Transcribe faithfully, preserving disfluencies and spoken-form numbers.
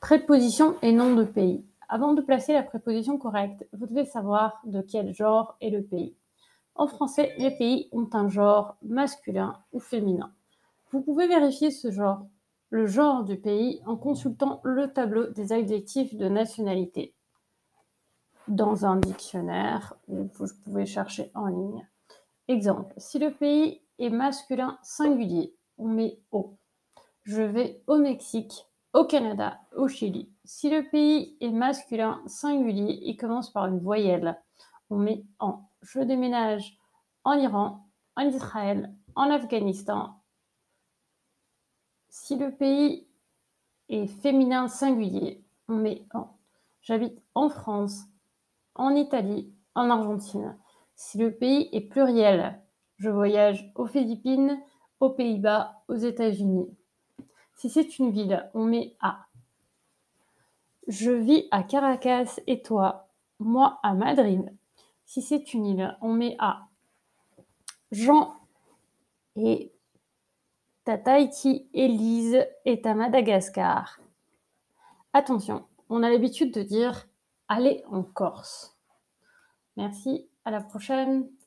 Préposition et nom de pays. Avant de placer la préposition correcte, vous devez savoir de quel genre est le pays. En français, les pays ont un genre masculin ou féminin. Vous pouvez vérifier ce genre, le genre du pays, en consultant le tableau des adjectifs de nationalité dans un dictionnaire ou vous pouvez chercher en ligne. Exemple, si le pays est masculin singulier, on met au. Je vais au Mexique, au Canada, au Chili. Si le pays est masculin singulier et commence par une voyelle, on met en. Je déménage en Iran, en Israël, en Afghanistan. Si le pays est féminin singulier, on met en. J'habite en France, en Italie, en Argentine. Si le pays est pluriel, je voyage aux Philippines, aux Pays-Bas, aux États-Unis. Si c'est une ville, on met à. Je vis à Caracas et toi, moi à Madrid. Si c'est une île, on met à. Jean est à Tahiti, Élise est à Madagascar. Attention, on a l'habitude de dire aller en Corse. Merci, à la prochaine.